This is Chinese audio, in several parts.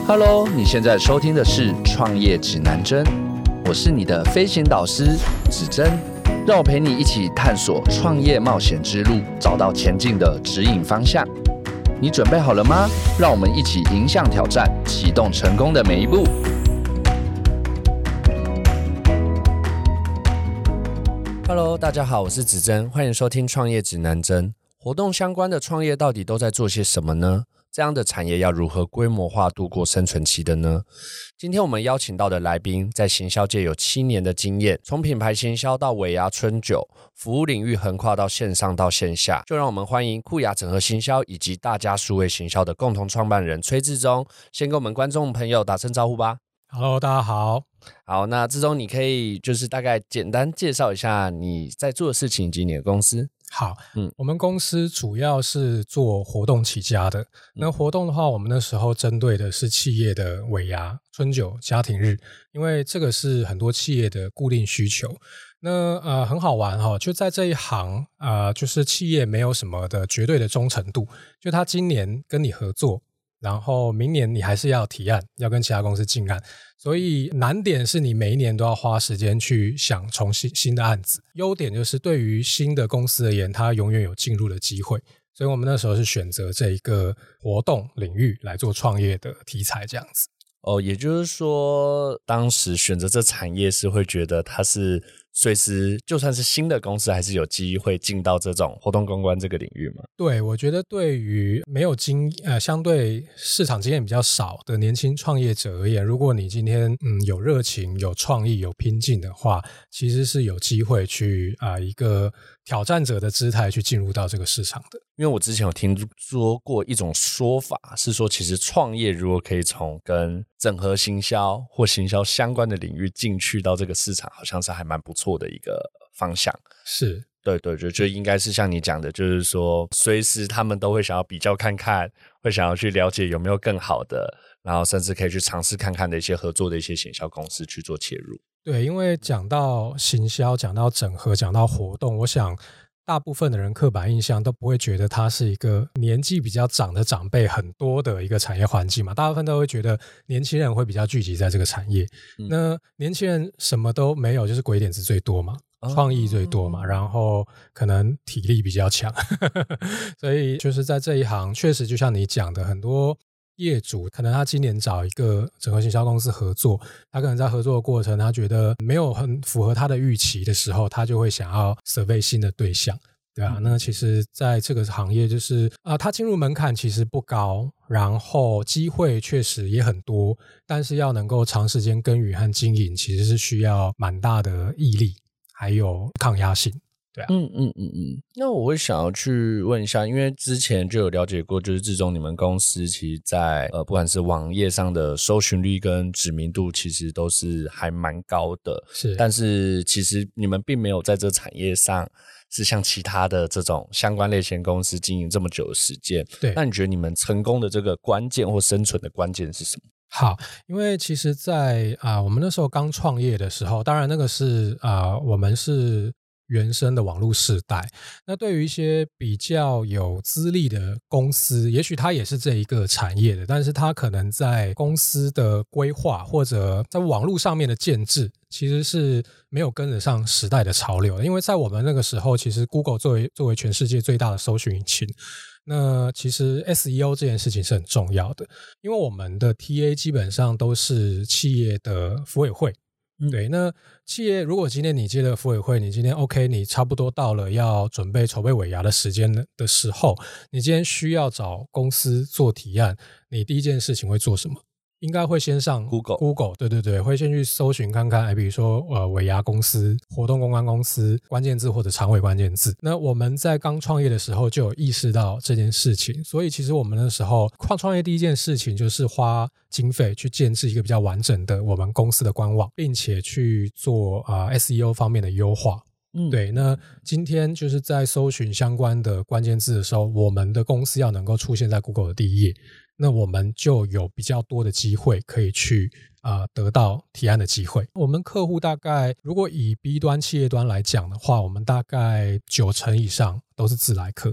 Hello， 你现在收听的是创业指南针，我是你的飞行导师指针，让我陪你一起探索创业冒险之路，找到前进的指引方向。你准备好了吗？让我们一起迎向挑战，启动成功的每一步。Hello， 大家好，我是指针，欢迎收听创业指南针。活动相关的创业到底都在做些什么呢？这样的产业要如何规模化度过生存期的呢？今天我们邀请到的来宾在行销界有7年的经验，从品牌行销到尾牙春酒，服务领域横跨到线上到线下，就让我们欢迎酷雅整合行销以及大家数位行销的共同创办人崔志忠，先跟我们观众朋友打声招呼吧。 Hello， 大家好。 好，那志忠你可以就是大概简单介绍一下你在做的事情以及你的公司。 好，我们公司主要是做活动起家的。那活动的话，我们那时候针对的是企业的尾牙、春酒、家庭日，因为这个是很多企业的固定需求。那很好玩哈，就在这一行就是企业没有什么的绝对的忠诚度，就他今年跟你合作，然后明年你还是要提案，要跟其他公司进案，所以难点是你每一年都要花时间去想重新的案子。优点就是对于新的公司而言，它永远有进入的机会，所以我们那时候是选择这一个活动领域来做创业的题材这样子。 也就是说当时选择这产业是会觉得它是随时就算是新的公司还是有机会进到这种活动公关这个领域吗？ 对，我觉得对于没有相对市场经验比较少的年轻创业者而言，如果你今天有热情、有创意、有拼劲的话，其实是有机会去一个挑战者的姿态去进入到这个市场的。 因为我之前有听说过一种说法，是说其实创业如果可以从跟整合行销或行销相关的领域进去到这个市场，好像是还蛮不错的一个方向。 是， 对，就应该是像你讲的，就是说随时他们都会想要比较看看，会想要去了解有没有更好的，然后甚至可以去尝试看看的一些合作的一些行销公司去做切入。 对，因为讲到行销，讲到整合，讲到活动，我想大部分的人刻板印象都不会觉得它是一个年纪比较长的长辈很多的一个产业环境嘛，大部分都会觉得年轻人会比较聚集在这个产业。那年轻人什么都没有，就是鬼点子最多嘛，创意最多嘛，然后可能体力比较强所以就是在这一行确实就像你讲的，很多业主可能他今年找一个整合行销公司合作，他可能在合作的过程他觉得没有很符合他的预期的时候，他就会想要 survey 新的对象，对啊。那其实在这个行业就是他进入门槛其实不高，然后机会确实也很多，但是要能够长时间耕耘和经营其实是需要蛮大的毅力还有抗压性。对啊。 那我会想要去问一下，因为之前就有了解过，就是志忠你们公司其实在不管是网页上的搜寻率跟知名度其实都是还蛮高的， 是， 但是其实你们并没有在这产业上是像其他的这种相关类型公司经营这么久的时间。 对， 那你觉得你们成功的这个关键或生存的关键是什么？ 好，因为其实在我们那时候刚创业的时候，当然那个是我们是原生的网络世代，那对于一些比较有资历的公司，也许它也是这一个产业的，但是它可能在公司的规划或者在网络上面的建制其实是没有跟得上时代的潮流的。因为在我们那个时候，其实 Google 作为全世界最大的搜寻引擎，那其实 SEO 这件事情是很重要的，因为我们的 TA 基本上都是企业的福委会。对，那企业如果今天你接了福委会，你今天 OK， 你差不多到了要准备筹备尾牙的时间的时候，你今天需要找公司做提案，你第一件事情会做什么？应该会先上 Google， 对，会先去搜寻看看，比如说尾牙公司、活动公关公司关键字或者长尾关键字。那我们在刚创业的时候就有意识到这件事情，所以其实我们那时候创业第一件事情就是花经费去建制一个比较完整的我们公司的官网，并且去做SEO 方面的优化。对，那今天就是在搜寻相关的关键字的时候，我们的公司要能够出现在 Google 的第一页，那我们就有比较多的机会可以去得到提案的机会。我们客户大概如果以 B 端企业端来讲的话，我们大概90%以上都是自来客，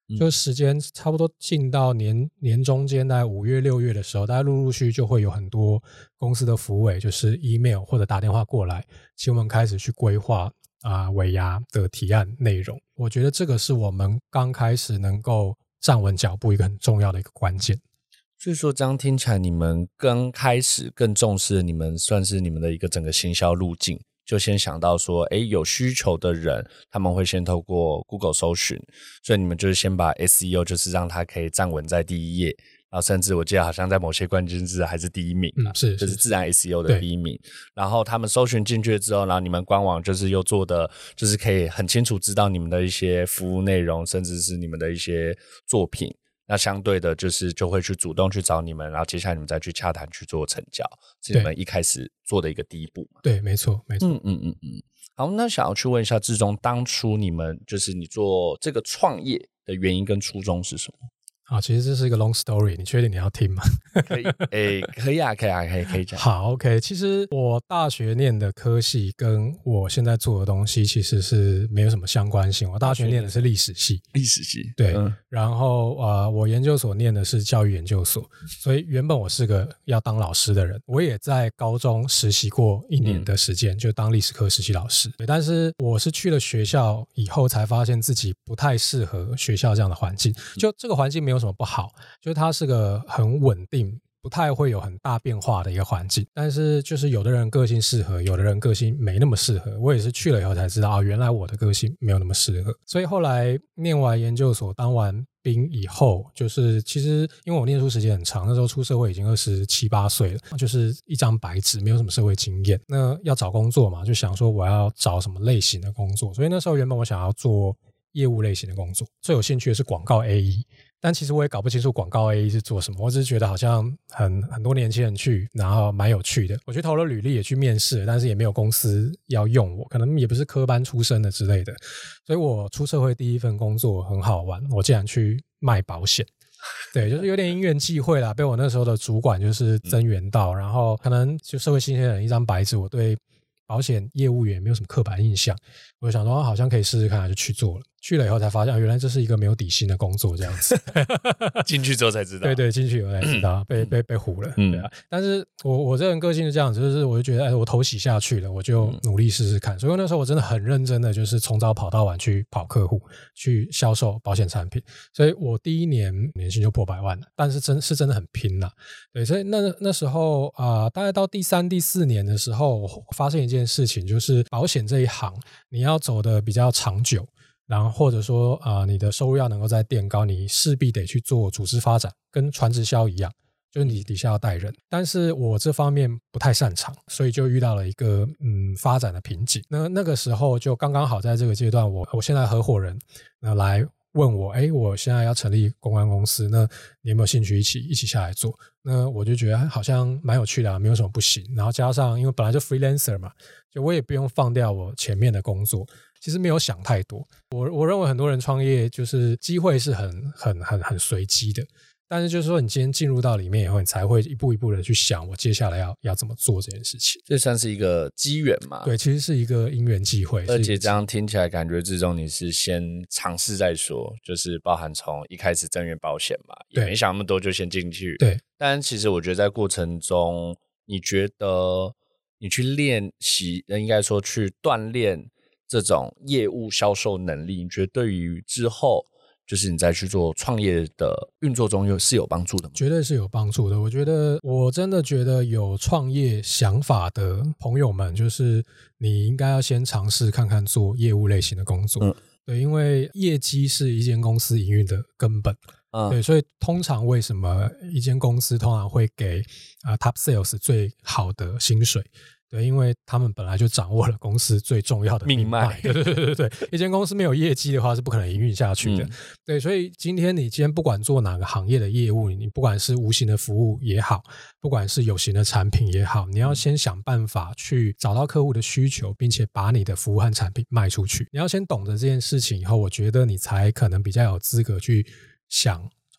就时间差不多进到年中间，大概5月6月的时候，大家陆陆续续就会有很多公司的福委，就是 email 或者打电话过来，请我们开始去规划尾牙的提案内容。我觉得这个是我们刚开始能够站稳脚步一个很重要的一个关键。 所以说这样听起来，你们刚开始更重视你们算是你们的一个整个行销路径，就先想到说有需求的人他们会先透过 Google 搜寻，所以你们就是先把 SEO 就是让它可以站稳在第一页，然后甚至我记得好像在某些关键字还是第一名，就是自然 SEO 的第一名。然后他们搜寻进去之后，然后你们官网就是又做的就是可以很清楚知道你们的一些服务内容，甚至是你们的一些作品，那相对的就会去主动去找你们，然后接下来你们再去洽谈去做成交，是你们一开始做的一个第一步嘛？ 对，没错没错。 好，那想要去问一下志忠，当初你们就是你做这个创业的原因跟初衷是什么？ 其实这是一个 long story， 你确定你要听吗？ 可以，可以啊，可以讲。 好 ，OK。其实我大学念的科系跟我现在做的东西其实是没有什么相关性。我大学念的是历史系，对。然后我研究所念的是教育研究所，所以原本我是个要当老师的人，我也在高中实习过1年的时间，就当历史科实习老师。对，但是我是去了学校以后才发现自己不太适合学校这样的环境，就这个环境没有什么不好，就是它是个很稳定，不太会有很大变化的一个环境，但是就是有的人个性适合，有的人个性没那么适合。我也是去了以后才知道原来我的个性没有那么适合。所以后来念完研究所当完兵以后，就是其实因为我念书时间很长，那时候出社会已经27、8岁了，就是一张白纸，没有什么社会经验。那要找工作嘛，就想说我要找什么类型的工作，所以那时候原本我想要做业务类型的工作，最有兴趣的是广告 AE，但其实我也搞不清楚广告 AE 是做什么，我只是觉得好像很多年轻人去，然后蛮有趣的。我去投了履历，也去面试了，但是也没有公司要用我，可能也不是科班出身的之类的。所以我出社会第一份工作很好玩，我竟然去卖保险。对，就是有点因缘际会啦，被我那时候的主管就是增援到，然后可能就社会新鲜人一张白纸，我对保险业务员没有什么刻板印象，我就想说好像可以试试看，就去做了。去了以后才发现原来这是一个没有底薪的工作这样子。 进去之后才知道。 对，进去以后才知道被唬了。对啊，但是我这人个性是这样子，就是我就觉得我头洗下去了，我就努力试试看。所以那时候我真的很认真的，就是从早跑到晚去跑客户，去销售保险产品。所以我第一年年薪就破100万了，但是真的很拼啦。对，所以那时候大概到第3、第4年的时候，我发现一件事情，就是保险这一行你要走的比较长久，然后或者说你的收入要能够再垫高，你势必得去做组织发展，跟传直销一样，就是你底下要带人。但是我这方面不太擅长，所以就遇到了一个发展的瓶颈。那个时候就刚刚好在这个阶段，我现在合伙人来问我，我现在要成立公关公司，那你有没有兴趣一起下来做？那我就觉得好像蛮有趣的没有什么不行。然后加上因为本来就 freelancer 嘛，就我也不用放掉我前面的工作，其实没有想太多。我认为很多人创业就是机会是很随机的，但是就是说你今天进入到里面以后，你才会一步一步的去想我接下来要怎么做这件事情。 这算是一个机缘嘛？ 对，其实是一个因缘际会。 而且这样听起来感觉志忠你是先尝试再说，就是包含从一开始增援保险嘛，也没想那么多就先进去。 对， 但其实我觉得在过程中，你觉得你去练习，应该说去锻炼这种业务销售能力，你觉得对于之后就是你再去做创业的运作中是有帮助的吗？ 绝对是有帮助的。我真的觉得有创业想法的朋友们，就是你应该要先尝试看看做业务类型的工作。对，因为业绩是一间公司营运的根本。对，所以通常为什么一间公司通常会给top sales 最好的薪水？对，因为他们本来就掌握了公司最重要的命脉。对，一间公司没有业绩的话是不可能营运下去的。对，所以今天不管做哪个行业的业务，你不管是无形的服务也好，不管是有形的产品也好，你要先想办法去找到客户的需求，并且把你的服务和产品卖出去。你要先懂得这件事情以后，我觉得你才可能比较有资格去想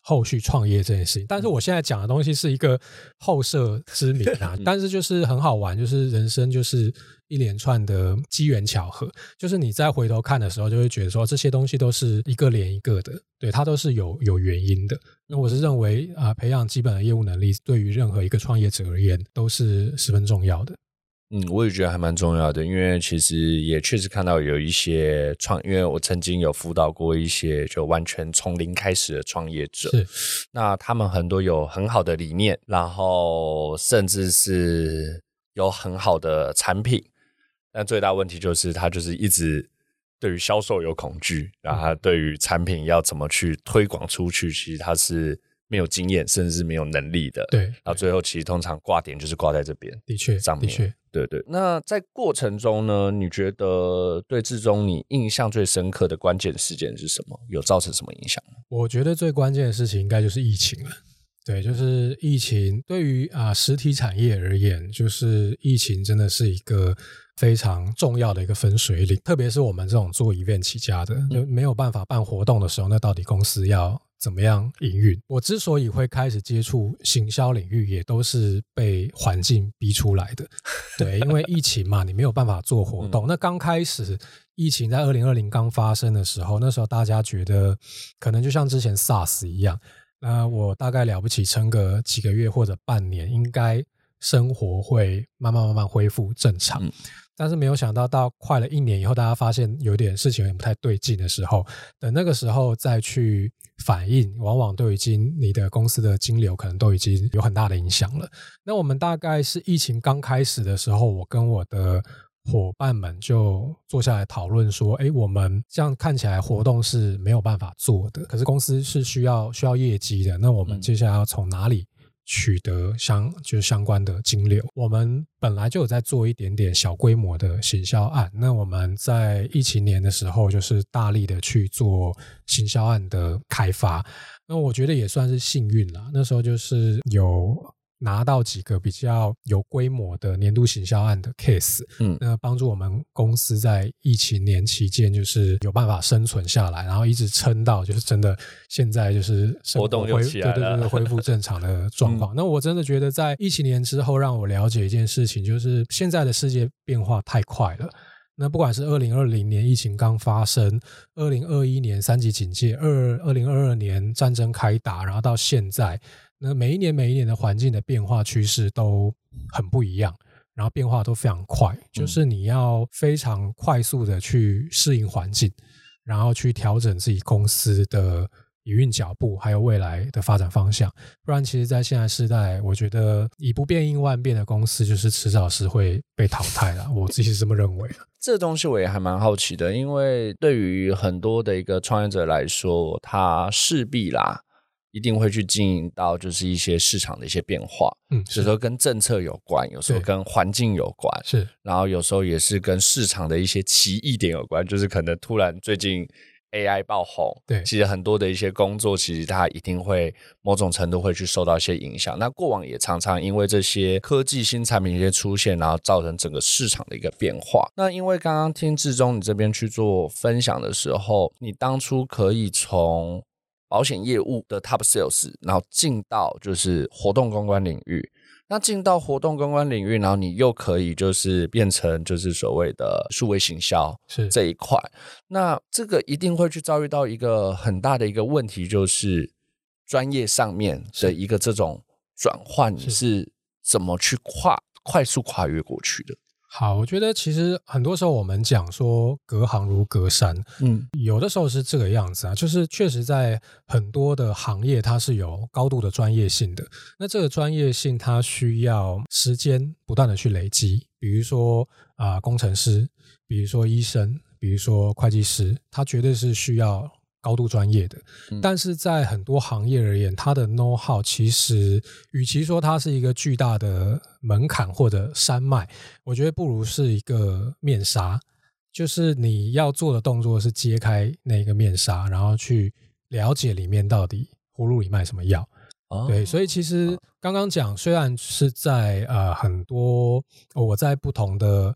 后续创业这件事情。但是我现在讲的东西是一个后设之谜啊，但是就是很好玩，就是人生就是一连串的机缘巧合，就是你再回头看的时候就会觉得说这些东西都是一个连一个的，对，它都是有原因的。那我是认为培养基本的业务能力对于任何一个创业者而言都是十分重要的。 我也觉得还蛮重要的，因为其实也确实看到有一些因为我曾经有辅导过一些就完全从零开始的创业者，那他们很多有很好的理念，然后甚至是有很好的产品，但最大问题就是他就是一直对于销售有恐惧，然后他对于产品要怎么去推广出去，其实他是没有经验甚至是没有能力的。 对， 然后最后其实通常挂点就是挂在这边， 的确上面。对对，那在过程中呢，你觉得对志忠你印象最深刻的关键事件是什么？有造成什么影响吗？ 我觉得最关键的事情应该就是疫情了。对，就是疫情对于实体产业而言，就是疫情真的是一个非常重要的一个分水岭，特别是我们这种做 event 起家的，就没有办法办活动的时候，那到底公司要怎么样营运？我之所以会开始接触行销领域，也都是被环境逼出来的。对，因为疫情嘛，你没有办法做活动。那刚开始疫情在2020刚发生的时候，那时候大家觉得可能就像之前 SARS 一样，那我大概了不起撑个几个月或者半年，应该生活会慢慢恢复正常。但是没有想到到快了1年以后，大家发现有点事情有点不太对劲的时候，等那个时候再去反应，往往都已经你的公司的金流可能都已经有很大的影响了。那我们大概是疫情刚开始的时候，我跟我的伙伴们就坐下来讨论说，我们这样看起来活动是没有办法做的，可是公司是需要业绩的，那我们接下来要从哪里取得相关的金流？我们本来就有在做一点点小规模的行销案，那我们在疫情年的时候就是大力的去做行销案的开发，那我觉得也算是幸运啦，那时候就是有拿到几个比较有规模的年度行销案的 case，那帮助我们公司在疫情年期间就是有办法生存下来，然后一直撑到就是真的现在就是活动就起来了， 对，恢复正常的状况。那我真的觉得在疫情年之后让我了解一件事情，就是现在的世界变化太快了。那不管是2020年疫情刚发生，2021年3级警戒，2022年战争开打，然后到现在，那每一年的环境的变化趋势都很不一样，然后变化都非常快，就是你要非常快速的去适应环境，然后去调整自己公司的营运脚步还有未来的发展方向，不然其实在现在世代，我觉得以不变应万变的公司就是迟早是会被淘汰啦，我自己是这么认为。 这东西我也还蛮好奇的，因为对于很多的一个创业者来说，他势必一定会去经营到就是一些市场的一些变化，有时候跟政策有关，有时候跟环境有关，是，然后有时候也是跟市场的一些奇异点有关，就是可能突然最近AI 爆红，对，其实很多的一些工作其实它一定会某种程度会去受到一些影响，那过往也常常因为这些科技新产品一些出现，然后造成整个市场的一个变化。那因为刚刚听志忠你这边去做分享的时候，你当初可以从保险业务的 top sales 然后进到就是活动公关领域，那进到活动公关领域，然后你又可以就是变成就是所谓的数位行销这一块，那这个一定会去遭遇到一个很大的一个问题，就是专业上面的一个这种转换，你是怎么去快速跨越过去的？ 好，我觉得其实很多时候我们讲说隔行如隔山，有的时候是这个样子啊，就是确实在很多的行业它是有高度的专业性的，那这个专业性它需要时间不断的去累积，比如说工程师，比如说医生，比如说会计师，它绝对是需要高度专业的，但是在很多行业而言，它的 know how 其实与其说它是一个巨大的门槛或者山脉，我觉得不如是一个面纱，就是你要做的动作是揭开那个面纱，然后去了解里面到底葫芦里卖什么药。对，所以其实刚刚讲虽然是在很多我在不同的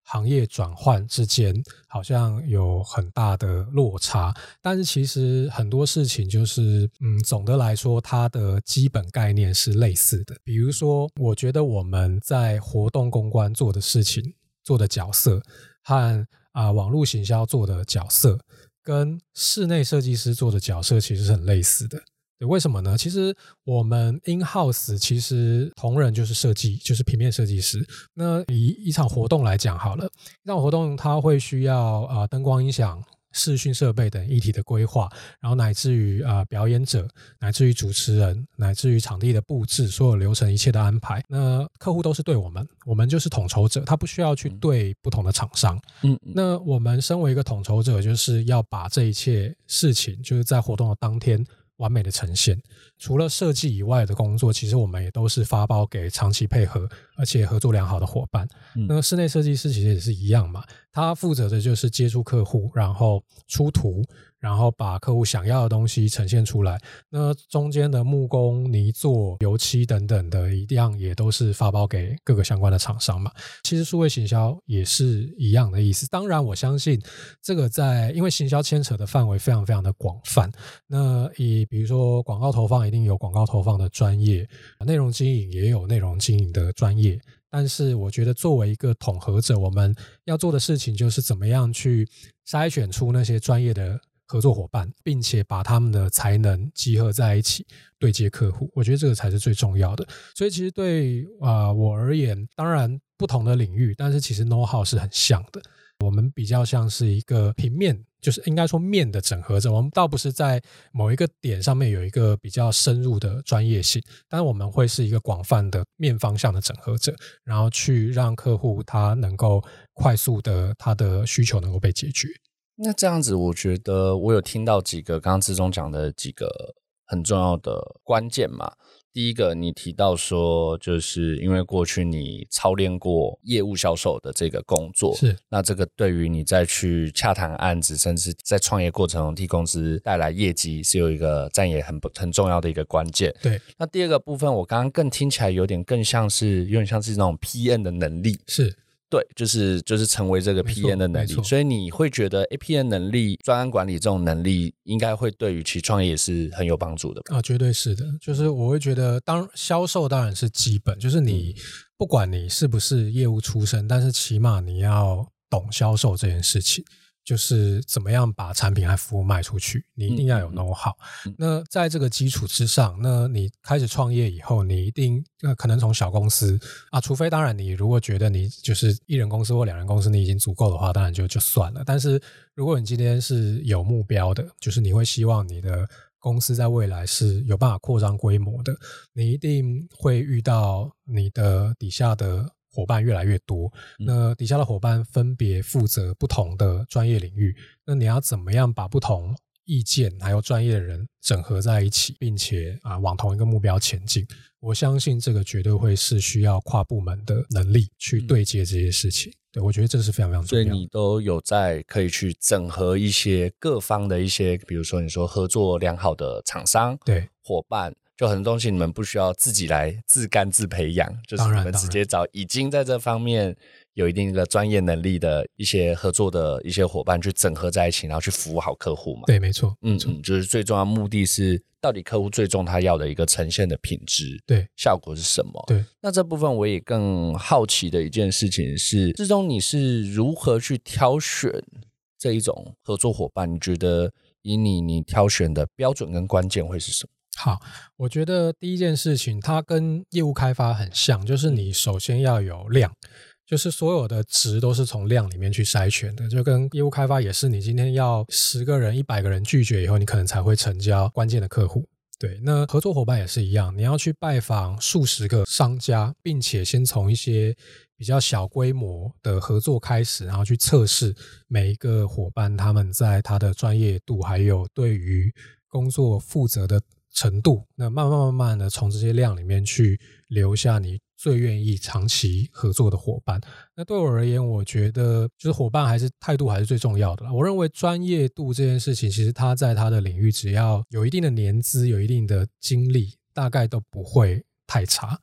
行业转换之间好像有很大的落差，但是其实很多事情就是总的来说它的基本概念是类似的。比如说我觉得我们在活动公关做的事情做的角色和网络行销做的角色跟室内设计师做的角色其实是很类似的。对，为什么呢？其实我们 in-house 其实同仁就是设计，就是平面设计师。那以一场活动来讲好了，一场活动它会需要灯光音响、视讯设备等议题的规划，然后乃至于表演者，乃至于主持人，乃至于场地的布置，所有流程一切的安排。那客户都是对我们就是统筹者，他不需要去对不同的厂商。那我们身为一个统筹者，就是要把这一切事情就是在活动的当天完美的呈现。除了设计以外的工作，其实我们也都是发包给长期配合而且合作良好的伙伴。那室内设计师其实也是一样嘛，他负责的就是接触客户，然后出图，然后把客户想要的东西呈现出来。那中间的木工、泥作、油漆等等的一样也都是发包给各个相关的厂商嘛。其实数位行销也是一样的意思。当然我相信这个因为行销牵扯的范围非常非常的广泛，那比如说广告投放一定有广告投放的专业，内容经营也有内容经营的专业。但是我觉得作为一个统合者，我们要做的事情就是怎么样去筛选出那些专业的合作伙伴，并且把他们的才能集合在一起对接客户。我觉得这个才是最重要的。所以其实对我而言，当然不同的领域，但是其实 know how 是很像的。我们比较像是一个平面，就是应该说面的整合者，我们倒不是在某一个点上面有一个比较深入的专业性，但是我们会是一个广泛的面方向的整合者，然后去让客户他能够快速的他的需求能够被解决。 那这样子我觉得我有听到几个刚刚志忠讲的几个很重要的关键嘛。第一个你提到说就是因为过去你操练过业务销售的这个工作， 是， 那这个对于你再去洽谈案子甚至在创业过程中替公司带来业绩是有一个占也很重要的一个关键。 对， 那第二个部分我刚刚更听起来有点像是那种 PM 的能力。 是， 对，就是成为这个 PM 的能力。所以你会觉得 PM 能力、专案管理这种能力应该会对于其创业也是很有帮助的吧？ 绝对是的。就是我会觉得销售当然是基本，就是你不管你是不是业务出身，但是起码你要懂销售这件事情，就是怎么样把产品和服务卖出去，你一定要有 know how。那在这个基础之上，那你开始创业以后，你一定可能从小公司除非当然你如果觉得你就是一人公司或两人公司你已经足够的话，当然就算了。但是如果你今天是有目标的，就是你会希望你的公司在未来是有办法扩张规模的，你一定会遇到你的底下的伙伴越来越多，那底下的伙伴分别负责不同的专业领域，那你要怎么样把不同意见还有专业的人整合在一起，并且往同一个目标前进？我相信这个绝对会是需要跨部门的能力去对接这些事情。对，我觉得这是非常非常重要的。 所以你都有在可以去整合一些各方的一些，比如说你说合作良好的厂商、 对， 伙伴，就很多东西你们不需要自己来自干自培养，就是你们直接找已经在这方面有一定的专业能力的一些合作的一些伙伴去整合在一起，然后去服务好客户嘛。 对，没错。 就是最重要的目的是到底客户最终他要的一个呈现的品质， 对， 效果是什么？ 对， 那这部分我也更好奇的一件事情是，志忠你是如何去挑选这一种合作伙伴？你觉得以你挑选的标准跟关键会是什么？ 好，我觉得第一件事情它跟业务开发很像，就是你首先要有量，就是所有的值都是从量里面去筛选的，就跟业务开发也是，你今天要10个人100个人拒绝以后，你可能才会成交关键的客户。对，那合作伙伴也是一样，你要去拜访数十个商家，并且先从一些比较小规模的合作开始，然后去测试每一个伙伴他们在他的专业度还有对于工作负责的程度，那慢慢的从这些量里面去留下你最愿意长期合作的伙伴。那对我而言，我觉得就是伙伴态度还是最重要的啦。我认为专业度这件事情，其实他在他的领域只要有一定的年资有一定的经历，大概都不会太差。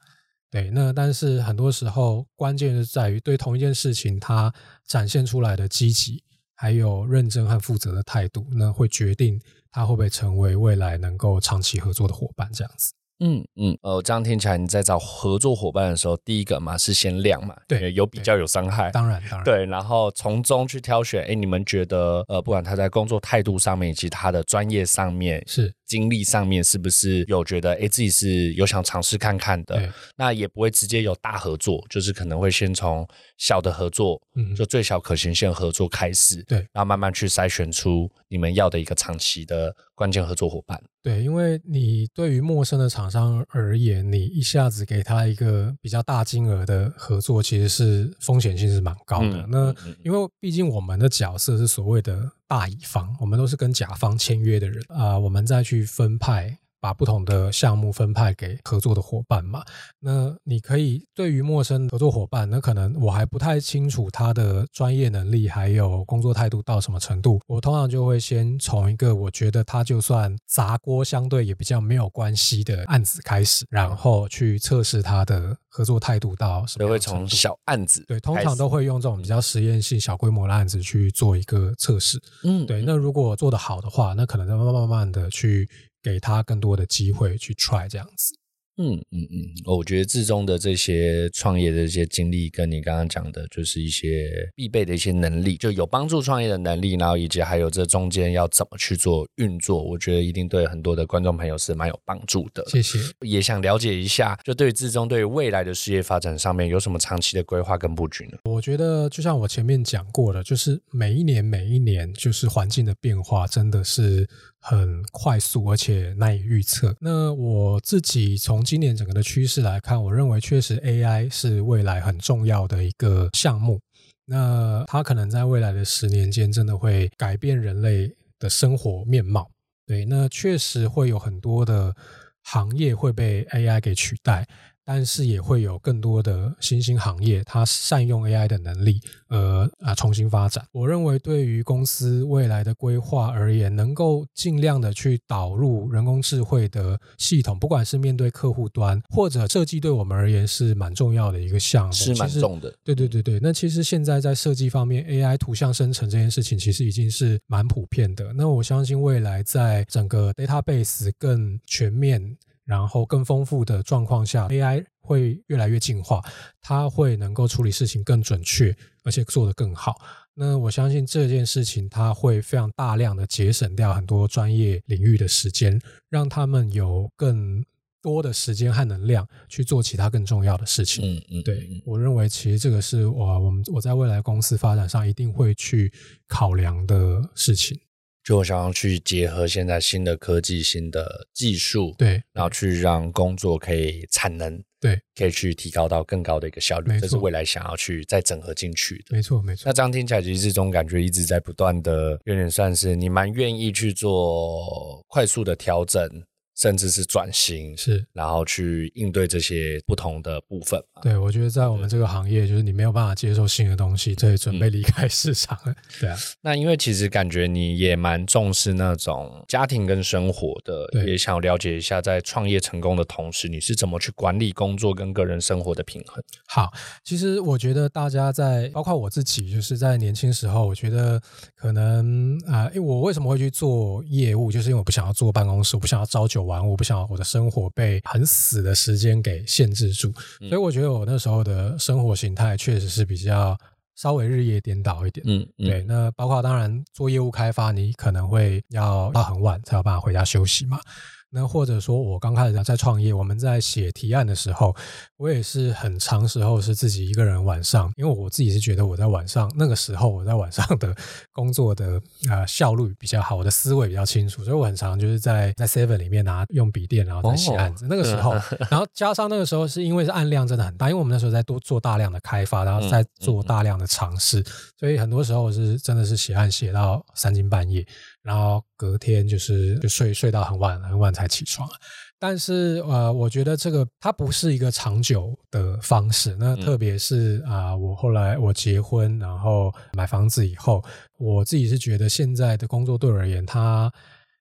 对，那但是很多时候关键是在于对同一件事情它展现出来的积极还有认真和负责的态度，那会决定他会不会成为未来能够长期合作的伙伴这样子。 这样听起来你在找合作伙伴的时候，第一个嘛是先量嘛， 对， 有比较有伤害， 当然， 对，然后从中去挑选，你们觉得不管他在工作态度上面，以及他的专业上面， 是经历上面，是不是有觉得自己是有想尝试看看的？那也不会直接有大合作，就是可能会先从小的合作，就最小可行性合作开始， 对， 然后慢慢去筛选出你们要的一个长期的关键合作伙伴。 对，因为你对于陌生的厂商而言，你一下子给他一个比较大金额的合作，其实是风险性是蛮高的。那因为毕竟我们的角色是所谓的大乙方，我们都是跟甲方签约的人我们再去分派，把不同的项目分派给合作的伙伴嘛。那你可以对于陌生合作伙伴，那可能我还不太清楚他的专业能力还有工作态度到什么程度，我通常就会先从一个我觉得他就算砸锅相对也比较没有关系的案子开始，然后去测试他的合作态度到什么样的程度。 会从小案子， 对，通常都会用这种比较实验性小规模的案子去做一个测试。对，那如果做得好的话，那可能慢慢的去给他更多的机会去 try 这样子。 我觉得志忠的这些创业的这些经历跟你刚刚讲的就是一些必备的一些能力，就有帮助创业的能力，然后以及还有这中间要怎么去做运作，我觉得一定对很多的观众朋友是蛮有帮助的。 谢谢。也想了解一下，就对于志忠对于未来的事业发展上面有什么长期的规划跟布局呢？ 我觉得就像我前面讲过的，就是每一年就是环境的变化真的是很快速而且难以预测。那我自己从今年整个的趋势来看，我认为确实 AI 是未来很重要的一个项目，那它可能在未来的10年间真的会改变人类的生活面貌。对，那确实会有很多的行业会被 AI 给取代，但是也会有更多的新兴行业它善用 AI 的能力重新发展。我认为对于公司未来的规划而言，能够尽量的去导入人工智慧的系统，不管是面对客户端或者设计，对我们而言是蛮重要的一个项目， 是蛮重的。 对，那其实现在在设计方面 AI 图像生成这件事情其实已经是蛮普遍的。那我相信未来在整个 database 更全面然后更丰富的状况下， AI 会越来越进化，它会能够处理事情更准确而且做得更好。那我相信这件事情它会非常大量的节省掉很多专业领域的时间，让他们有更多的时间和能量去做其他更重要的事情。对，我认为其实这个是我在未来公司发展上一定会去考量的事情。 就我想要去结合现在新的科技、新的技术， 对， 然后去让工作可以产能， 对， 可以去提高到更高的一个效率，这是未来想要去再整合进去的。 没错。 那这样听起来，其实这种感觉一直在不断的，有点算是你蛮愿意去做快速的调整，甚至是转型， 是， 然后去应对这些不同的部分嘛。 对，我觉得在我们这个行业，就是你没有办法接受新的东西，所以准备离开市场了。对啊， 那因为其实感觉你也蛮重视那种家庭跟生活的，也想了解一下，在创业成功的同时，你是怎么去管理工作跟个人生活的平衡？ 好，其实我觉得大家包括我自己，就是在年轻时候，我觉得可能因为我为什么会去做业务，就是因为我不想要坐办公室，我不想要朝九晚五，我不想要我的生活被很死的时间给限制住，所以我觉得我那时候的生活形态确实是比较稍微日夜颠倒一点。对，那包括当然做业务开发，你可能会要到很晚才有办法回家休息嘛。那或者说我刚开始在创业，我们在写提案的时候，我也是很长时候是自己一个人晚上，因为我自己是觉得我在晚上那个时候我在晚上的工作的效率比较好，我的思维比较清楚，所以我很常就是在 Seven 里面用笔电然后在写案子。那个时候然后加上那个时候是因为是案量真的很大，因为我们那时候在做大量的开发，然后在做大量的尝试，所以很多时候是真的是写案写到3更半夜，然后隔天就睡到很晚才起床。但是我觉得这个它不是一个长久的方式。那特别是我后来我结婚然后买房子以后，我自己是觉得现在的工作对我而言，它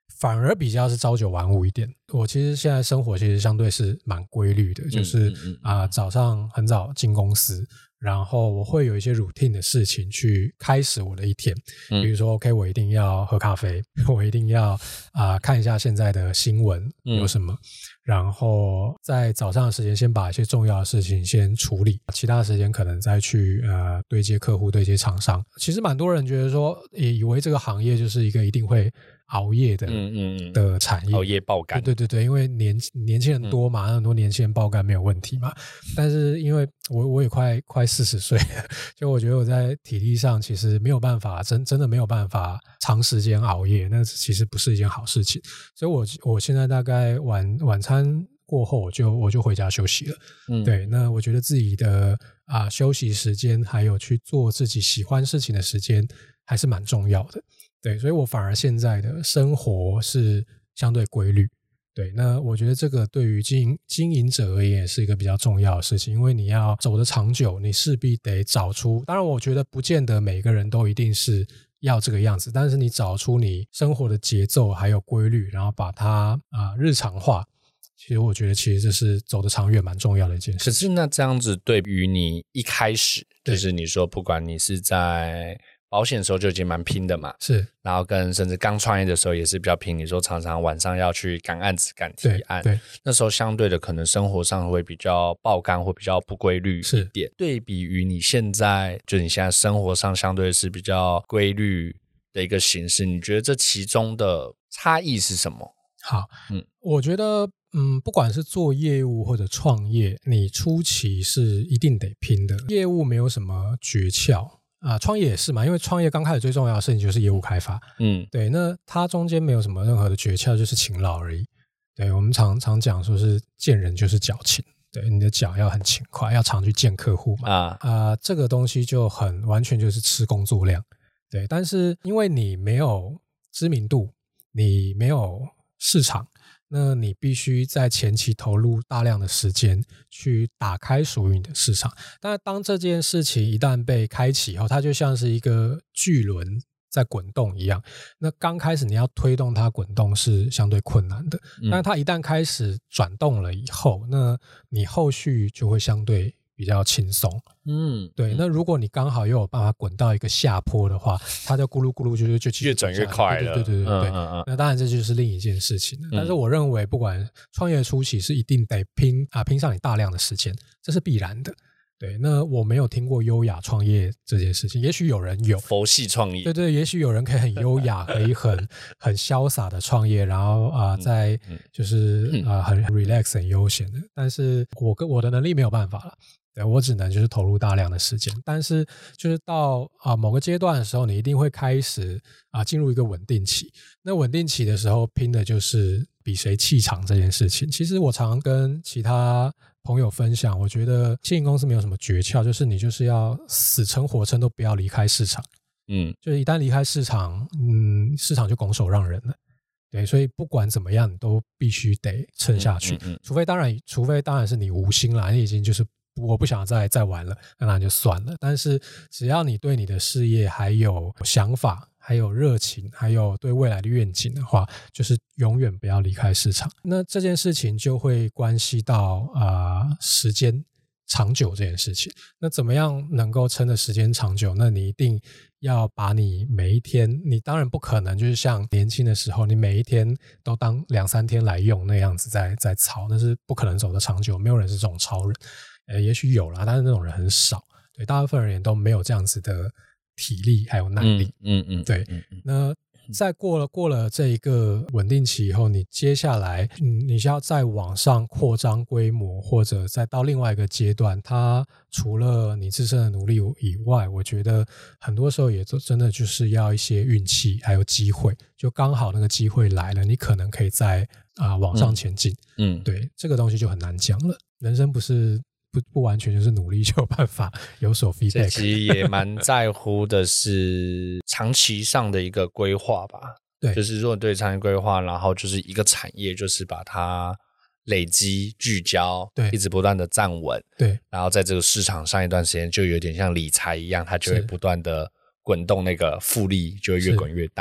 反而比较是朝九晚五一点。我其实现在生活其实相对是蛮规律的，就是早上很早进公司，然后我会有一些 routine 的事情去开始我的一天，比如说 OK 我一定要喝咖啡，我一定要看一下现在的新闻有什么，然后在早上的时间先把一些重要的事情先处理，其他的时间可能再去对接客户对接厂商。其实蛮多人觉得说也以为这个行业就是一个一定会熬夜的产业， 熬夜爆肝， 对，因为年轻人多嘛，很多年轻人爆肝没有问题嘛。但是因为我也快40岁了，就我觉得我在体力上其实没有办法，真的没有办法长时间熬夜，那其实不是一件好事情。所以我现在大概晚餐过后我就回家休息了。对，那我觉得自己的休息时间还有去做自己喜欢事情的时间还是蛮重要的。对，所以我反而现在的生活是相对规律。对，那我觉得这个对于经营者而言也是一个比较重要的事情，因为你要走得长久，你势必得找出，当然我觉得不见得每个人都一定是要这个样子，但是你找出你生活的节奏还有规律，然后把它日常化，其实我觉得其实这是走得长远蛮重要的一件事。 可是那这样子对于你一开始就是你说不管你是在保险的时候就已经蛮拼的嘛， 是， 然后跟甚至刚创业的时候也是比较拼，你说常常晚上要去赶案子赶提案， 对， 那时候相对的可能生活上会比较爆肝或比较不规律一点，对比于你现在就你现在生活上相对是比较规律的一个形式，你觉得这其中的差异是什么？ 好，我觉得不管是做业务或者创业，你初期是一定得拼的，业务没有什么诀窍创业也是嘛，因为创业刚开始最重要的事情就是业务开发，对，那它中间没有什么任何的诀窍，就是勤劳而已。对，我们常讲说是见人就是脚勤，对，你的脚要很勤快，要常去见客户嘛，这个东西就完全就是吃工作量，对，但是因为你没有知名度，你没有市场，那你必须在前期投入大量的时间去打开属于你的市场。但当这件事情一旦被开启以后，它就像是一个巨轮在滚动一样，那刚开始你要推动它滚动是相对困难的，但它一旦开始转动了以后，那你后续就会相对比较轻松。对，那如果你刚好又有办法滚到一个下坡的话，它就咕噜咕噜就越转越快了。 对，那当然这就是另一件事情了。但是我认为不管创业初期是一定得拼上你大量的时间，这是必然的。对，那我没有听过优雅创业这件事情，也许有人有佛系创业， 对，也许有人可以很优雅，可以很潇洒的创业，然后在就是很 relax 很悠闲的，但是我的能力没有办法了。对，我只能就是投入大量的时间，但是就是到某个阶段的时候，你一定会开始进入一个稳定期。那稳定期的时候，拼的就是比谁气场这件事情。其实我常跟其他朋友分享，我觉得经营公司没有什么诀窍，就是你就是要死撑活撑都不要离开市场。就是一旦离开市场，市场就拱手让人了。对，所以不管怎么样，你都必须得撑下去。除非当然是你无心啦，你已经就是我不想再玩了，那就算了。但是只要你对你的事业还有想法，还有热情，还有对未来的愿景的话，就是永远不要离开市场。那这件事情就会关系到时间长久这件事情。那怎么样能够撑的时间长久？那你一定要把你每一天，你当然不可能就是像年轻的时候，你每一天都当2-3天来用那样子在操，那是不可能走得长久，没有人是这种超人。也许有啦，但是那种人很少。对，大部分人也都没有这样子的体力还有耐力。对。那在过了这一个稳定期以后，你接下来你需要再往上扩张规模，或者再到另外一个阶段，它除了你自身的努力以外，我觉得很多时候也真的就是要一些运气还有机会，就刚好那个机会来了，你可能可以再往上前进。对，这个东西就很难讲了。人生不完全就是努力就有办法有所 feedback。 其实也蛮在乎的是长期上的一个规划吧。对，就是如果对长期规划，然后就是一个产业就是把它累积聚焦，对，一直不断的站稳，对，然后在这个市场上一段时间就有点像理财一样，它就会不断的滚动，那个复利就会越滚越大。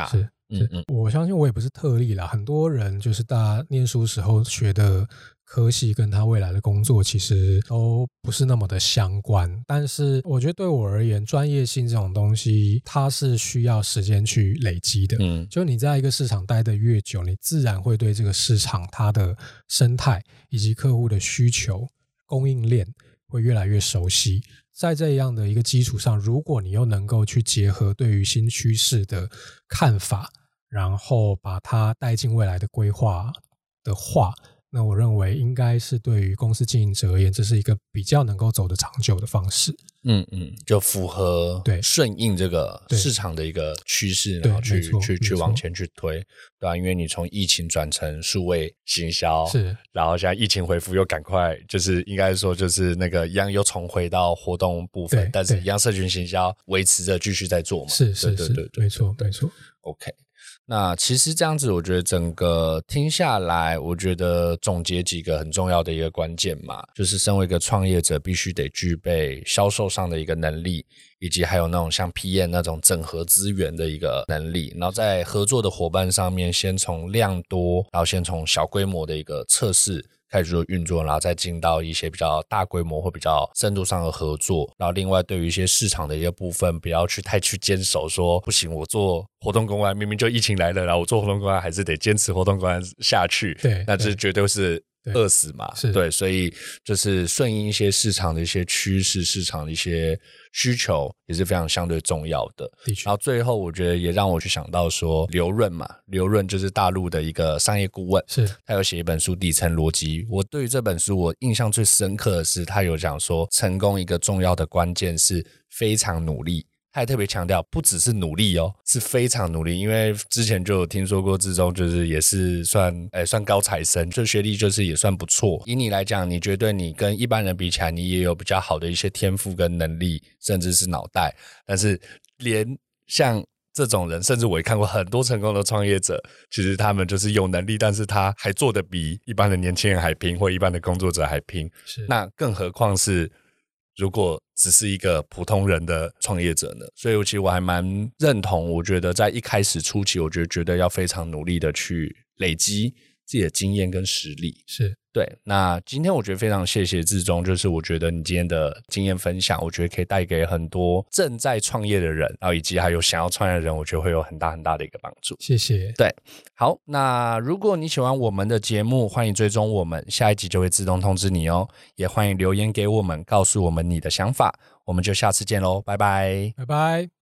我相信我也不是特例啦，很多人就是大家念书时候学的科系跟他未来的工作其实都不是那么的相关，但是我觉得对我而言，专业性这种东西它是需要时间去累积的。就你在一个市场待得越久，你自然会对这个市场它的生态以及客户的需求、供应链会越来越熟悉。在这样的一个基础上，如果你又能够去结合对于新趋势的看法，然后把它带进未来的规划的话，那我认为应该是对于公司经营者而言，这是一个比较能够走得长久的方式。 就符合顺应这个市场的一个趋势，然后去往前去推，对吧？因为你从疫情转成数位行销，是，然后现在疫情恢复又赶快，就是应该说就是那个一样又重回到活动部分，但是一样社群行销维持着继续在做嘛， 是，没错。 OK。那其实这样子我觉得整个听下来，我觉得总结几个很重要的一个关键嘛，就是身为一个创业者必须得具备销售上的一个能力，以及还有那种像 PM 那种整合资源的一个能力，然后在合作的伙伴上面先从量多，然后先从小规模的一个测试开始做运作，然后再进到一些比较大规模或比较深度上的合作。然后另外对于一些市场的一些部分，不要太去坚守说不行，我做活动公关明明就疫情来了，然后我做活动公关还是得坚持活动公关下去，那这绝对是饿死嘛，对，所以就是顺应一些市场的一些趋势，市场的一些需求也是非常相对重要的。然后最后我觉得也让我去想到说刘润嘛，刘润就是大陆的一个商业顾问，是他有写一本书底层逻辑。我对于这本书我印象最深刻的是他有讲说成功一个重要的关键是非常努力，他还特别强调不只是努力哦，是非常努力。因为之前就有听说过志忠就是也是算高材生，就学历就是也算不错。以你来讲，你觉得你跟一般人比起来，你也有比较好的一些天赋跟能力，甚至是脑袋，但是连像这种人，甚至我也看过很多成功的创业者，其实他们就是有能力，但是他还做得比一般的年轻人还拼，或一般的工作者还拼。那更何况是如果只是一个普通人的创业者呢？所以其实我还蛮认同，我觉得在一开始初期，我觉得要非常努力的去累积自己的经验跟实力。是，对。那今天我觉得非常谢谢志忠，就是我觉得你今天的经验分享，我觉得可以带给很多正在创业的人，然后以及还有想要创业的人，我觉得会有很大很大的一个帮助。谢谢。对，好，那如果你喜欢我们的节目，欢迎追踪我们，下一集就会自动通知你哦。也欢迎留言给我们，告诉我们你的想法，我们就下次见咯，拜拜。拜拜。